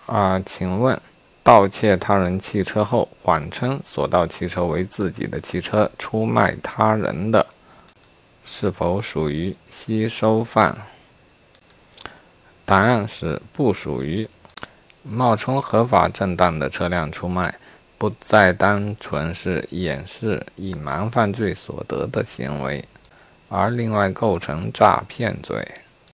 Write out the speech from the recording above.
请问盗窃他人汽车后，谎称所盗汽车为自己的汽车出卖他人的，是否属于吸收犯？答案是不属于。冒充合法正当的车辆出卖，不再单纯是掩饰隐瞒犯罪所得的行为，而另外构成诈骗罪。